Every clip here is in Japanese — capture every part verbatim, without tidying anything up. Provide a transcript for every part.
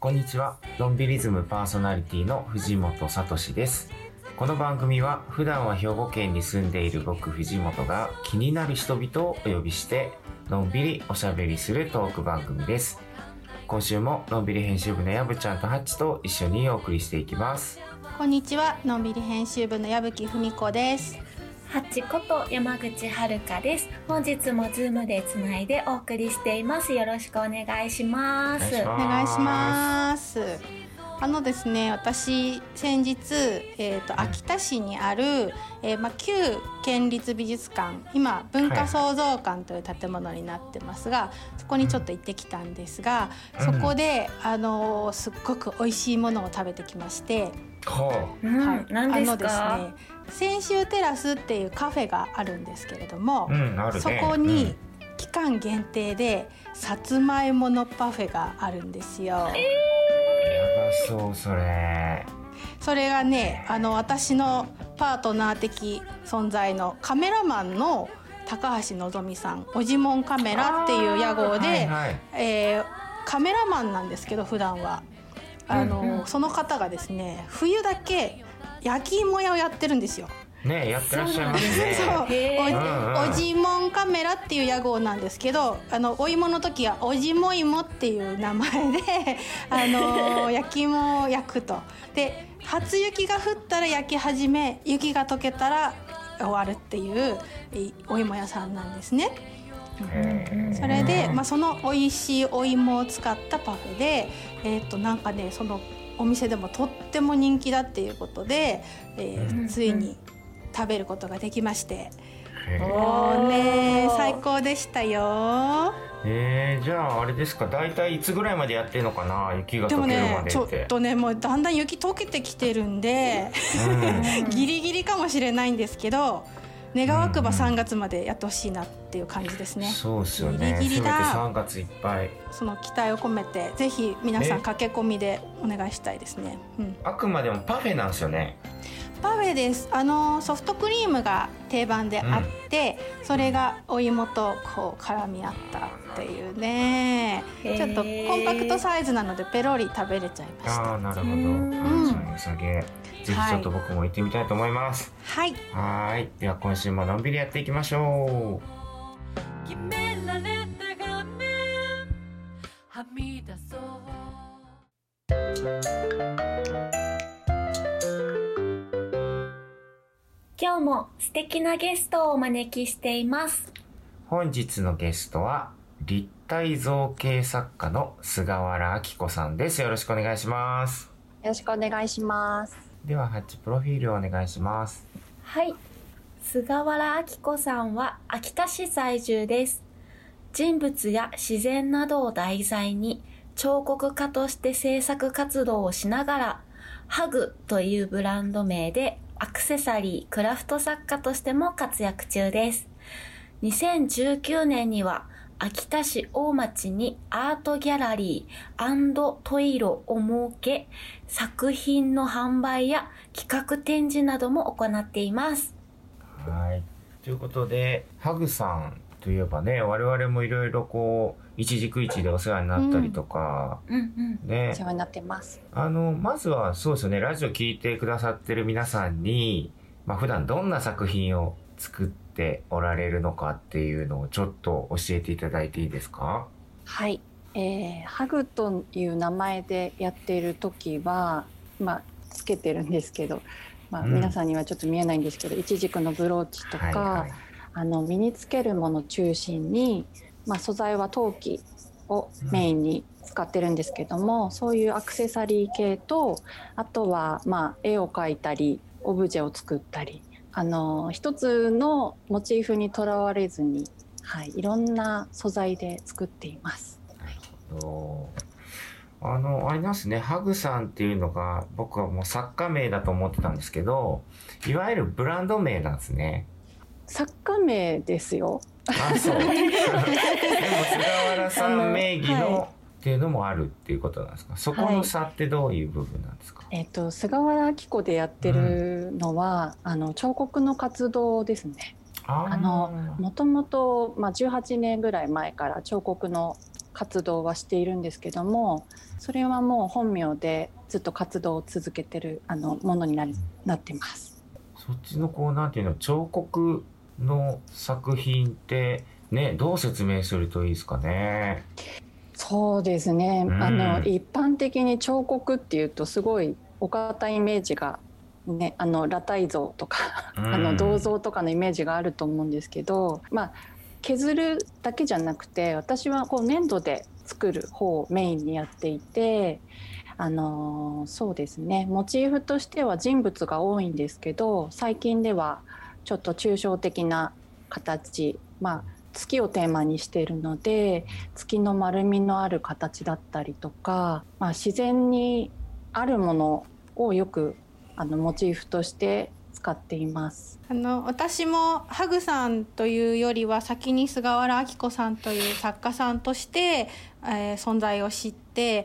こんにちは。のんびりズムパーソナリティの藤本聡です。この番組は普段は兵庫県に住んでいる僕藤本が気になる人々をお呼びしてのんびりおしゃべりするトーク番組です。今週ものんびり編集部のやぶちゃんとハッチと一緒にお送りしていきます。 こんにちは。のんびり編集部の矢吹文子です。 ハッチこと山口遥です。本日もズームでつないでお送りしています。よろしくお願いします。 お願いします。あのですね、私先日、えーと、秋田市にある、えーまあ、旧県立美術館、今文化創造館という建物になってますが、はい、そこにちょっと行ってきたんですが、うん、そこで、あのー、すっごく美味しいものを食べてきまして、 はあ、はい、何ですか？ あのですね、泉州テラスっていうカフェがあるんですけれども、 うんね、 そこに期間限定でさつまいものパフェがあるんですよ。 えーやばそう。それそれがね、あの私のパートナー的存在のカメラマンの高橋のぞみさん、おじもんカメラっていう屋号で、はいはい、えー、カメラマンなんですけど普段はあの、うんうん、その方がですね、冬だけ焼き芋屋をやってるんですよ。 ね、やってらっしゃいますね。 そう、お、おじもんカメラっていう屋号なんですけど、あのお芋の時はおじも芋っていう名前であの焼き芋を焼くと。で、初雪が降ったら焼き始め、雪が溶けたら終わるっていうお芋屋さんなんですね。それで、まあ、その美味しいお芋を使ったパフェで、えー、っとなんかね、そのお店でもとっても人気だっていうことで、えー、ついに食べることができまして、もうね、最高でしたよ。 えー、じゃああれですか、だいたいいつぐらいまでやってるのかな、雪が溶けるまでって。でもね、 ちょっとね、もうだんだん雪溶けてきてるんで、うん、ギリギリかもしれないんですけど、願わくばさんがつまでやってほしいなっていう感じですね。 そうですよね。 ギリギリだ。 せめてさんがついっぱい。 その期待を込めてぜひ皆さん駆け込みでお願いしたいですね。うん、 あくまでもパフェなんですよね。 パフェです。あのソフトクリームが定番であって、うん、それがお芋とこう絡み合ったっていうね。ちょっとコンパクトサイズなのでペロリ食べれちゃいました。 ああ、なるほど。うん、じゃあ良さげ。ぜひちょっと僕も行ってみたいと思います。 はい。 はい。では今週ものんびりやっていきましょう。 決められた画面はみ出そう。 今日も素敵なゲストをお招きしています。 本日のゲストは立体造形作家の菅原明子さんです。よろしくお願いします。 よろしくお願いします。 ではハッチプロフィールをお願いします。 はい、菅原明子さんは秋田市在住です。人物や自然などを題材に彫刻家として制作活動をしながら、ハグというブランド名でアクセサリー、クラフト作家としても活躍中です。にせんじゅうきゅうねんには秋田市大町にアートギャラリー&トイロを設け、作品の販売や企画展示なども行っています。 はい。ということで、ハグさんといえばね、我々もいろいろこう、一軸一でお世話になったりとか、 うんうんうん、ね、お世話になってます。 あの、まずはそうですよね、ラジオ聞いてくださってる皆さんに、まあ普段どんな作品を作ってておられるのかっていうのをちょっと教えていただいていいですか？ はい、えー、ハグという名前でやっている時は、まあつけてるんですけど、まあ、皆さんにはちょっと見えないんですけど、いちじくのブローチとか、はいはい、あの身につけるものを中心に、まあ、素材は陶器をメインに使ってるんですけども、うん、そういうアクセサリー系と、あとはまあ絵を描いたりオブジェを作ったり、あの一つのモチーフにとらわれずに、はい、いろんな素材で作っています。 なるほど。あのありますね、ハグさんっていうのが僕はもう作家名だと思ってたんですけど、いわゆるブランド名なんですね。 作家名ですよ。 あ、そう。でも菅原さん名義のっていうのもあるっていうことなんですか？そこの差ってどういう部分なんですか？ はい、えっと、菅原明子でやってるのは、うん、あの彫刻の活動ですね。あのもともと、まあ、じゅうはちねんぐらい前から彫刻の活動はしているんですけども、それはもう本名でずっと活動を続けてるあのものになりなってます。 そっちのこうなんていうの、彫刻の作品ってね、どう説明するといいですかね。 そうですね、 うん、 あの一般的に彫刻っていうとすごいお堅いイメージがね、あの裸体像とか、うん、あの銅像とかのイメージがあると思うんですけど、まあ削るだけじゃなくて、私はこう粘土で作る方をメインにやっていて、あのそうですね、モチーフとしては人物が多いんですけど、最近ではちょっと抽象的な形、まあ月をテーマにしているので、月の丸みのある形だったりとか、まあ、自然にあるものをよくあのモチーフとして使っています。 あの私もハグさんというよりは先に菅原明子さんという作家さんとして、えー、存在を知って、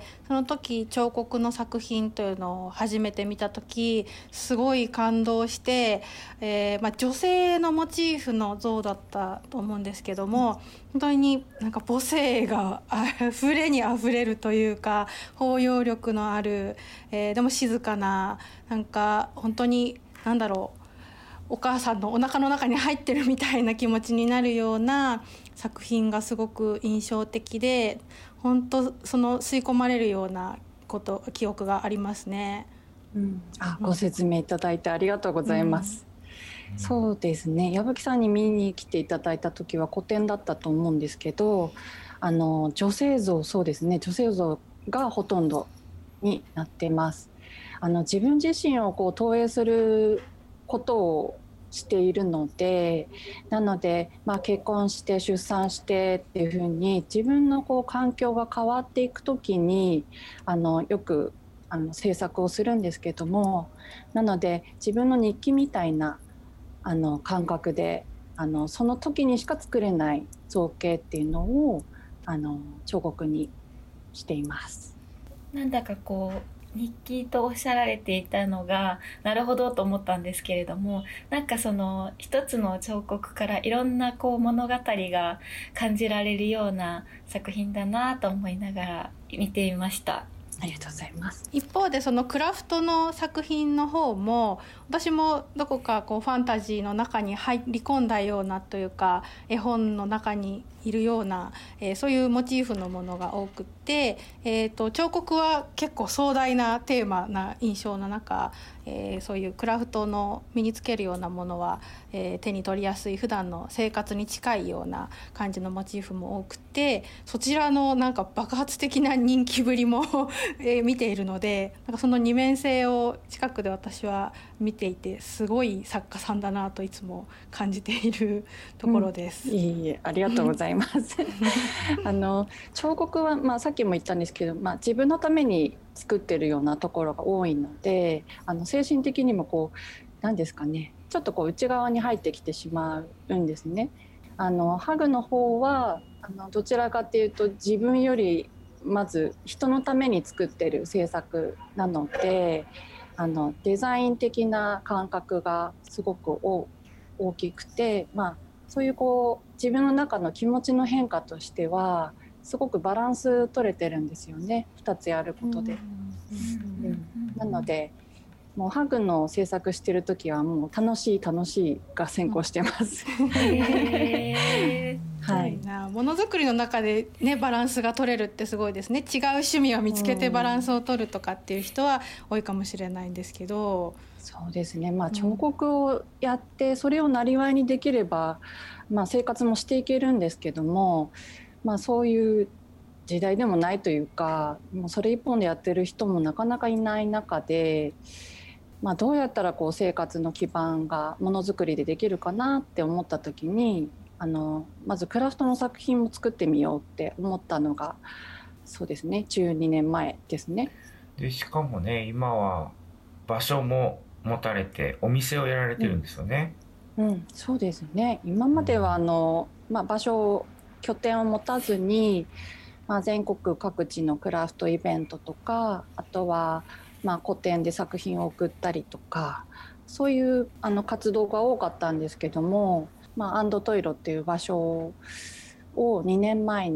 その時彫刻の作品というのを初めて見た時すごい感動して、えーまあ、女性のモチーフの像だったと思うんですけども、本当になんか母性があふれにあふれるというか、包容力のある、えー、でも静かな、なんか本当になんだろう、お母さんのお腹の中に入ってるみたいな気持ちになるような作品がすごく印象的で、本当その吸い込まれるようなこと記憶がありますね。 うん、あ、ご説明いただいてありがとうございます。うん、そうですね、矢吹さんに見に来ていただいた時は個展だったと思うんですけど、あの女性像、そうですね、女性像がほとんどになってます。あの自分自身をこう投影することをしているので、なので、まあ、結婚して出産してっていうふうに自分のこう環境が変わっていくときにあのよくあの制作をするんですけども、なので自分の日記みたいなあの感覚であのその時にしか作れない造形っていうのをあの彫刻にしています。 なんだかこう日記とおっしゃられていたのがなるほどと思ったんですけれども、なんかその一つの彫刻からいろんなこう物語が感じられるような作品だなと思いながら見ていました。 ありがとうございます。 一方でそのクラフトの作品の方も、私もどこかこうファンタジーの中に入り込んだようなというか、絵本の中にいるような、えー、そういうモチーフのものが多くて、えーと、彫刻は結構壮大なテーマな印象の中、えー、そういうクラフトの身につけるようなものは、えー、手に取りやすい普段の生活に近いような感じのモチーフも多くて、そちらのなんか爆発的な人気ぶりもえー、見ているので、なんかその二面性を近くで私は見ていて、すごい作家さんだなといつも感じているところです。 うん、いいえ、ありがとうございますあの彫刻は、まあ、さっきも言ったんですけど、まあ、自分のために作ってるようなところが多いので、あの精神的にもこう何ですかね、ちょっとこう内側に入ってきてしまうんですね。あのハグの方はあのどちらかというと自分よりまず人のために作ってる制作なので、あのデザイン的な感覚がすごく大きくて、まあ、そういうこう自分の中の気持ちの変化としてはすごくバランス取れてるんですよね、ふたつやることで。うんうん、なのでもうハグの制作してる時はもう楽しい楽しいが先行してます。 へはい、ものづくりの中で、ね、バランスが取れるってすごいですね。違う趣味を見つけてバランスを取るとかっていう人は多いかもしれないんですけど、 そうですね、まあ、彫刻をやってそれをなりわいにできれば、まあ、生活もしていけるんですけども、まあ、そういう時代でもないというか、もうそれ一本でやってる人もなかなかいない中で、まあ、どうやったらこう生活の基盤がものづくりでできるかなって思った時に、あのまずクラフトの作品も作ってみようって思ったのがそうですね、じゅうにねんまえですね。 でしかもね、今は場所も持たれてお店をやられてるんですよね。 うん、うん、そうですね。今まではあの、まあ、場所拠点を持たずに、まあ、全国各地のクラフトイベントとか、あとはまあ個展で作品を送ったりとか、そういうあの活動が多かったんですけども、まあ、アンドトイロっていう場所をにねんまえに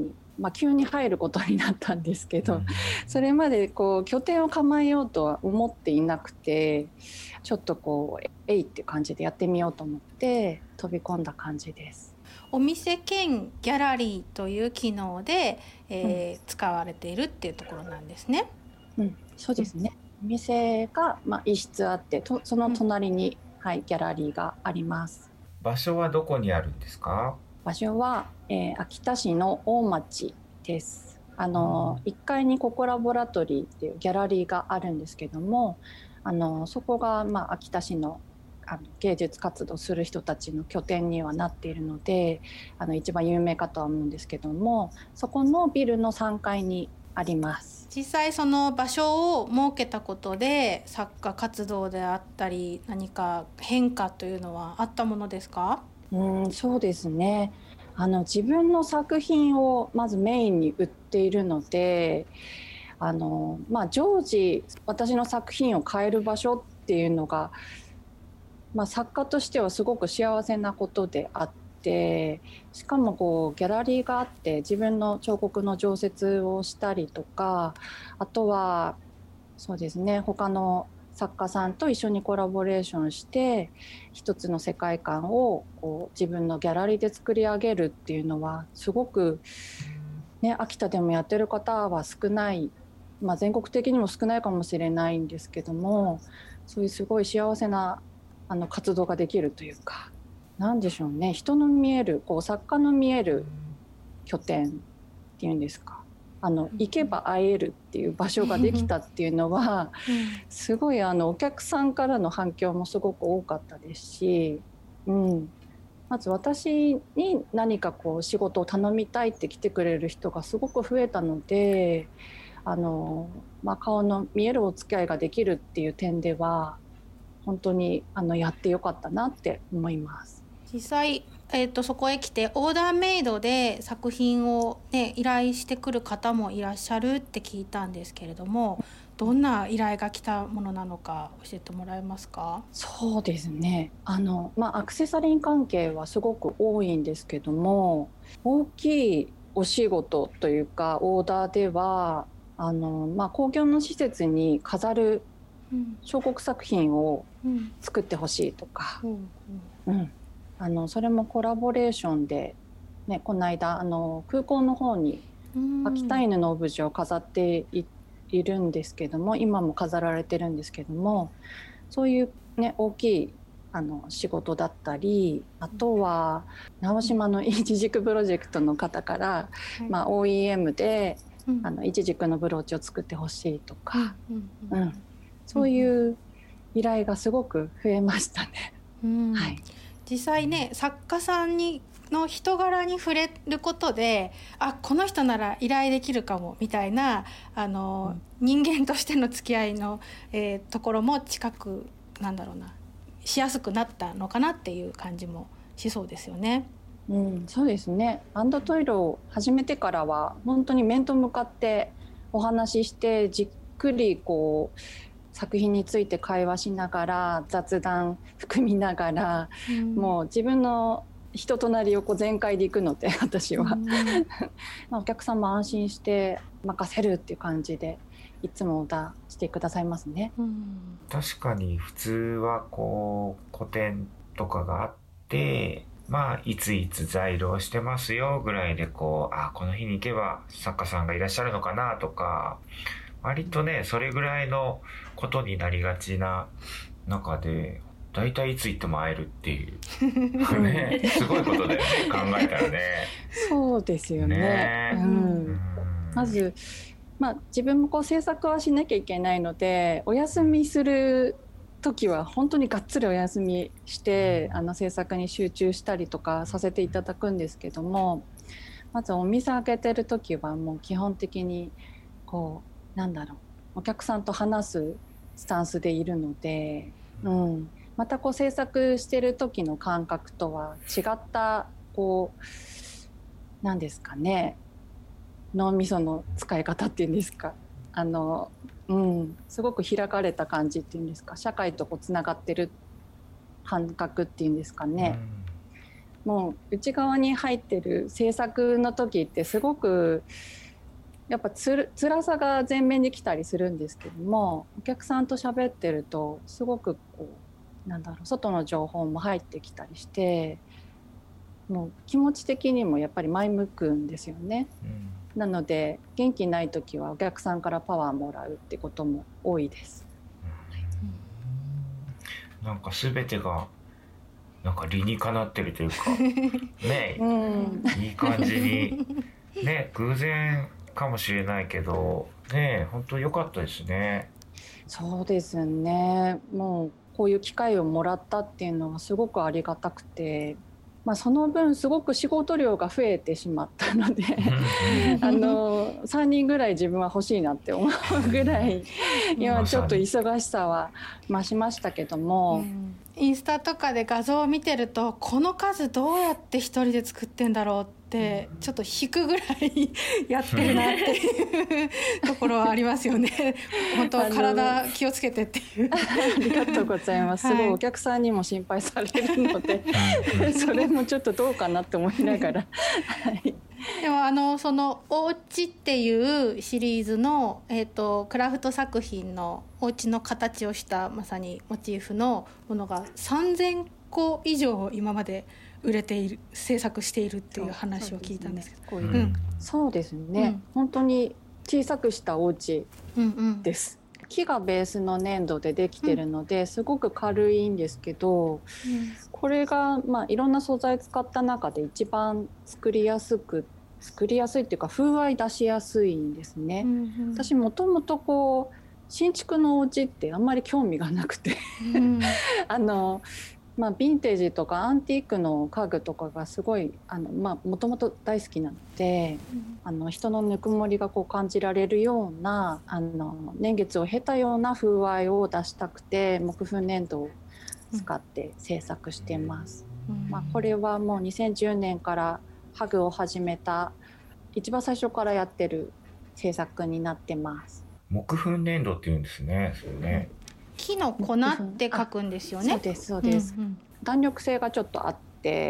まあ、急に入ることになったんですけど、 うん、 それまでこう拠点を構えようとは思っていなくて、ちょっとこうえいっていう感じでやってみようと思って飛び込んだ感じです。 お店兼ギャラリーという機能で、えーうん、使われているっていうところなんですね。 うん、そうですね。お店が、まあ、一室あってとその隣に、うん、はい、ギャラリーがあります。 場所はどこにあるんですか？ 場所は、えー、秋田市の大町です。あの、うん、いっかいにココラボラトリーっていうギャラリーがあるんですけども、あのそこが、まあ、秋田市のあの芸術活動する人たちの拠点にはなっているので、あの一番有名かとは思うんですけども、そこのビルのさんがいにあります。 実際その場所を設けたことで作家活動であったり何か変化というのはあったものですか？ うん、そうですね。あの自分の作品をまずメインに売っているので、あの、まあ、常時私の作品を買える場所っていうのが、まあ、作家としてはすごく幸せなことであって、しかもこうギャラリーがあって自分の彫刻の常設をしたりとか、あとはそうですね、他の作家さんと一緒にコラボレーションして一つの世界観をこう自分のギャラリーで作り上げるっていうのはすごく、ね、秋田でもやってる方は少ない、まあ、全国的にも少ないかもしれないんですけども、そういうすごい幸せなあの活動ができるというか、なんでしょうね、人の見えるこう作家の見える拠点っていうんですか、あの行けば会えるっていう場所ができたっていうのはすごいあのお客さんからの反響もすごく多かったですし、うん、まず私に何かこう仕事を頼みたいって来てくれる人がすごく増えたので、あの、まあ、顔の見えるお付き合いができるっていう点では本当にあのやってよかったなって思います。 実際えー、とそこへ来てオーダーメイドで作品を、ね、依頼してくる方もいらっしゃるって聞いたんですけれども、どんな依頼が来たものなのか教えてもらえますか？ そうですね、あの、まあ、アクセサリー関係はすごく多いんですけども、大きいお仕事というかオーダーではあの、まあ、公共の施設に飾る彫刻作品を作ってほしいとか、うんうんうん、あのそれもコラボレーションで、ね、この間あの空港の方に秋田犬のオブジェを飾って い, いるんですけども、今も飾られてるんですけども、そういう、ね、大きいあの仕事だったり、あとは直島のイチジクプロジェクトの方から、はい、まあ、オーイーエム で、うん、あのイチジクのブローチを作ってほしいとか、うんうんうん、そういう依頼がすごく増えましたね。うん、はい、 実際ね、作家さんにの人柄に触れることで、あ、この人なら依頼できるかもみたいなあの、うん、人間としての付き合いの、えー、ところも近くなんだろうなしやすくなったのかなっていう感じもしそうですよね。 うん、そうですね。アンドトイルを始めてからは本当に面と向かってお話ししてじっくりこう作品について会話しながら雑談含みながら、うん、もう自分の人となりをこう全開でいくので私は、うん、お客さんも安心して任せるっていう感じでいつもオーダーしてくださいますね。うん、 確かに普通はこう個展とかがあって、まあいついつ在庫してますよぐらいでこう、あ、この日に行けば作家さんがいらっしゃるのかなとか、割とねそれぐらいのことになりがちな中で、だいたいいつ行っても会えるっていうね、すごいことだよね考えたらね。 そうですよね。ね、うん、まず、まあ、自分もこう制作はしなきゃいけないので、お休みする時は本当にがっつりお休みしてあの制作に集中したりとかさせていただくんですけども、まずお店開けてる時はもう基本的にこうなんだろう、お客さんと話すスタンスでいるので、うん、またこう制作してる時の感覚とは違ったこう何ですかね、脳みその使い方っていうんですか、あの、うん、すごく開かれた感じっていうんですか、社会とこうつながってる感覚っていうんですかね、 もう内側に入ってる制作の時ってすごくやっぱつる辛さが前面に来たりするんですけども、お客さんと喋ってるとすごくこうなんだろう、外の情報も入ってきたりして、もう気持ち的にもやっぱり前向くんですよね、うん、なので元気ない時はお客さんからパワーもらうってことも多いです、 うん、なんか全てがなんか理にかなってるというかね、うん、いい感じにね、偶然かもしれないけどね、本当良かったですね。 そうですね、もうこういう機会をもらったっていうのはすごくありがたくて、まあ、その分すごく仕事量が増えてしまったのであのさんにんぐらい自分は欲しいなって思うぐらい今ちょっと忙しさは増しましたけども、うん、 インスタとかで画像を見てるとこの数どうやって一人で作ってんだろうってちょっと引くぐらいやってるなっていうところはありますよね。本当体気をつけてっていうありがとうございます、はい、すごいお客さんにも心配されるのでそれもちょっとどうかなって思いながらはいでもあのそのおうちっていうシリーズの、えーと、クラフト作品のお家の形をしたまさにモチーフのものがさんぜんこ以上今まで売れている、制作しているっていう話を聞いたんですけど、 そうですね、うん、そうですね、うん、本当に小さくしたお家です、うんうん、木がベースの粘土でできてるので、うん、すごく軽いんですけど、うん、これが、まあ、いろんな素材使った中で一番作りやすく作りやすいっていうか風合い出しやすいんですね、うんうん、私もともとこう新築のお家ってあんまり興味がなくて、うん、あのまあ、ヴィンテージとかアンティークの家具とかがすごいあの、まあ、もともと大好きなので、うん、あの人のぬくもりがこう感じられるようなあの年月を経たような風合いを出したくて木粉粘土を使って制作してます、うんまあ、これはもうにせんじゅうねんからハグを始めた一番最初からやってる制作になってます。 木粉粘土っていうんですね。それね、 木の粉って書くんですよね。 そうですそうです、うんうん、弾力性がちょっとあって、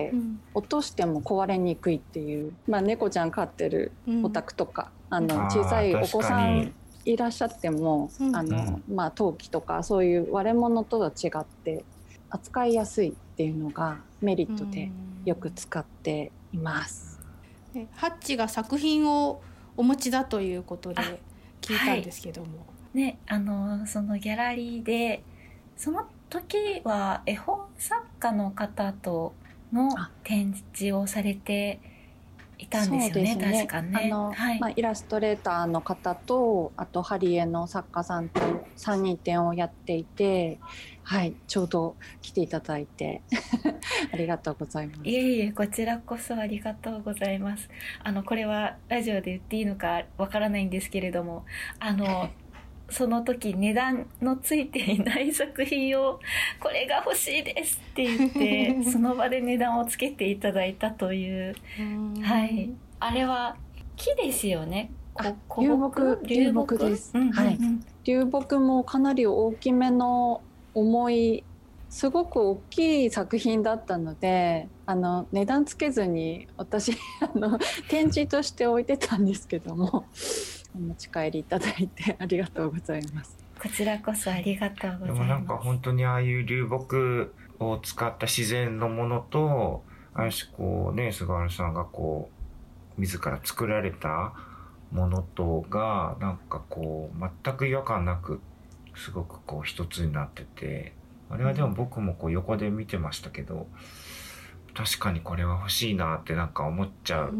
うん、落としても壊れにくいっていう、まあ、猫ちゃん飼ってるお宅とか、うん、あの小さいお子さんいらっしゃっても、うん、あのまあ、陶器とかそういう割れ物とは違って扱いやすいっていうのがメリットでよく使っています、 うん、ハッチが作品をお持ちだということで聞いたんですけども、 ね、あのそのギャラリーでその時は絵本作家の方との展示をされていたんですよね。そうですね、確かね、 あの、はい、まあ、イラストレーターの方とあとハリエの作家さんとさんにん展をやっていて、はい、ちょうど来ていただいてありがとうございます。 いえいえ、こちらこそありがとうございます。あのこれはラジオで言っていいのかわからないんですけれども、あのその時値段のついていない作品をこれが欲しいですって言ってその場で値段をつけていただいたという、はい、あれは木ですよね。 流木流木です、うんうんうん、はい、流木もかなり大きめの重いすごく大きい作品だったので、あの値段つけずに私あの展示として置いてたんですけどもお持ち帰りいただいてありがとうございます。 こちらこそありがとうございます。でもなんか本当にああいう流木を使った自然のものと、ある種こうね、菅原さんがこう自ら作られたものとがなんかこう全く違和感なくすごくこう一つになってて、あれはでも僕もこう横で見てましたけど、確かにこれは欲しいなってなんか思っちゃう、うん、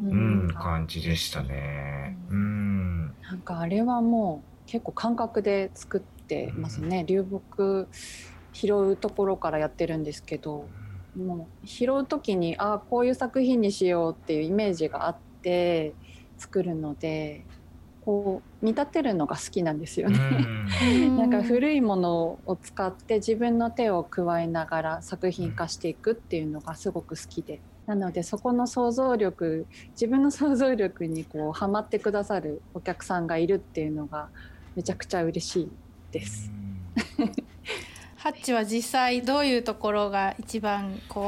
うん、感じでしたね。うん、 なんかあれはもう結構感覚で作ってますね、うん、流木拾うところからやってるんですけど、もう拾う時にあこういう作品にしようっていうイメージがあって作るので、こう見立てるのが好きなんですよね、うん、なんか古いものを使って自分の手を加えながら作品化していくっていうのがすごく好きで、なのでそこの想像力、自分の想像力にこうハマってくださるお客さんがいるっていうのがめちゃくちゃ嬉しいです、うん、 ハッチは実際どういうところが一番こう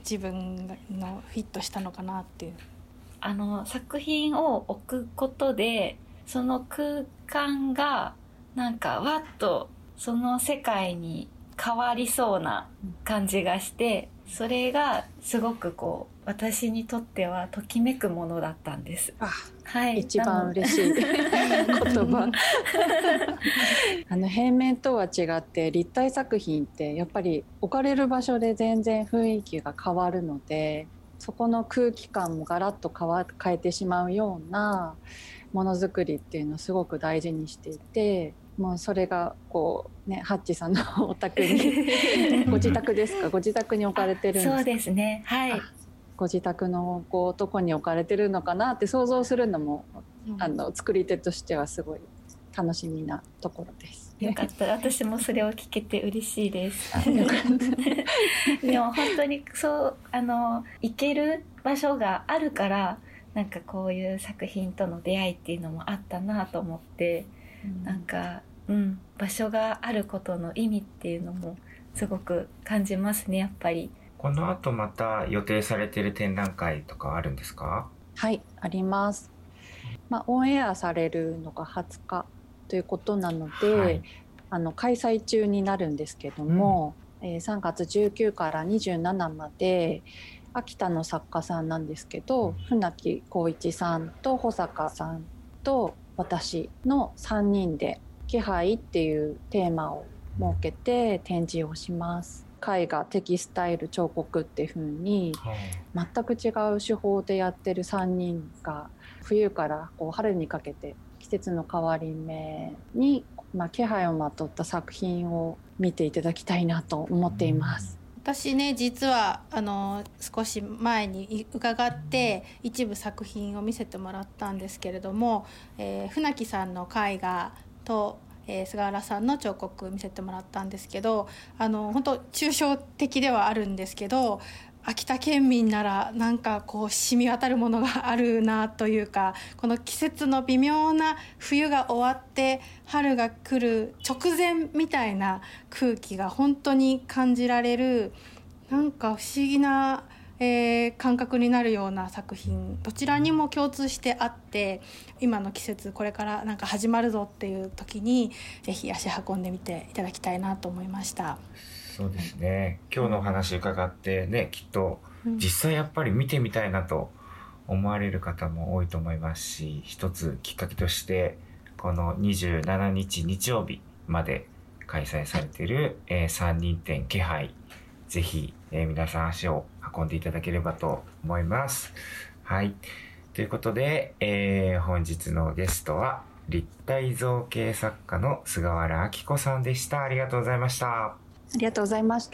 自分のフィットしたのかなっていう。 あの作品を置くことでその空間がなんかわっとその世界に変わりそうな感じがして、それがすごくこう私にとってはときめくものだったんです。 あ、 はい、 一番嬉しい言葉あの平面とは違って立体作品ってやっぱり置かれる場所で全然雰囲気が変わるので、そこの空気感もガラッと変わ変えてしまうようなものづくりっていうのをすごく大事にしていて、もうそれがこうね、ハッチさんのお宅にご自宅ですか、ご自宅に置かれてるんですか？ そうですね、はい。 ご自宅のこうどこに置かれてるのかなって想像するのも、うん、あの作り手としてはすごい楽しみなところです。 よかった、私もそれを聞けて嬉しいです。よかったでも本当にそうあの行ける場所があるから、なんかこういう作品との出会いっていうのもあったなと思って、うん、なんか、うん、場所があることの意味っていうのもすごく感じますね、やっぱり。 この後また予定されている展覧会とかあるんですか？ はい、あります。まあ、オンエアされるのがはつかということなので、はい、あの開催中になるんですけども、うん、えー、さんがつじゅうくにちからにじゅうしちまで秋田の作家さんなんですけど、うん、船木浩一さんと保坂さんと私のさんにんで気配っていうテーマを設けて展示をします。絵画、テキスタイル、彫刻っていう風に全く違う手法でやってるさんにんが冬からこう春にかけて季節の変わり目に、まあ、気配をまとった作品を見ていただきたいなと思っています。 私ね、実はあの少し前に伺って一部作品を見せてもらったんですけれども、えー、船木さんの絵画とえー、菅原さんの彫刻見せてもらったんですけど、あの本当抽象的ではあるんですけど、秋田県民ならなんかこう染み渡るものがあるなというか、この季節の微妙な冬が終わって春が来る直前みたいな空気が本当に感じられる、なんか不思議なえー、感覚になるような作品、どちらにも共通してあって、今の季節これからなんか始まるぞっていう時にぜひ足運んでみていただきたいなと思いました。 そうですね、今日のお話伺ってね、きっと実際やっぱり見てみたいなと思われる方も多いと思いますし、一つきっかけとしてこのにじゅうしちにち日曜日まで開催されている、えー、さんにん展気配、ぜひ、えー、皆さん足を運んでいただければと思います。はい。ということで、えー、本日のゲストは立体造形作家の菅原明子さんでした。ありがとうございました。 ありがとうございました。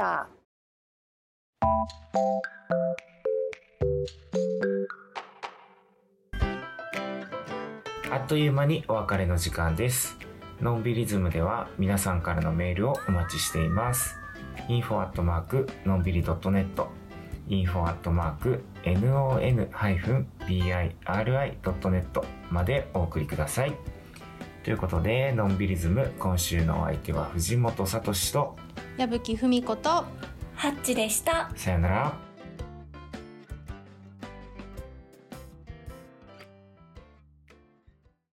あっという間にお別れの時間です。のんびりズムでは皆さんからのメールをお待ちしています。インフォアットマークのんびりドットネット、インフォアットマークノンビリドットネット までお送りください。ということで、のんびりズム、今週のお相手は藤本聡と矢吹文子とハッチでした。 さよなら。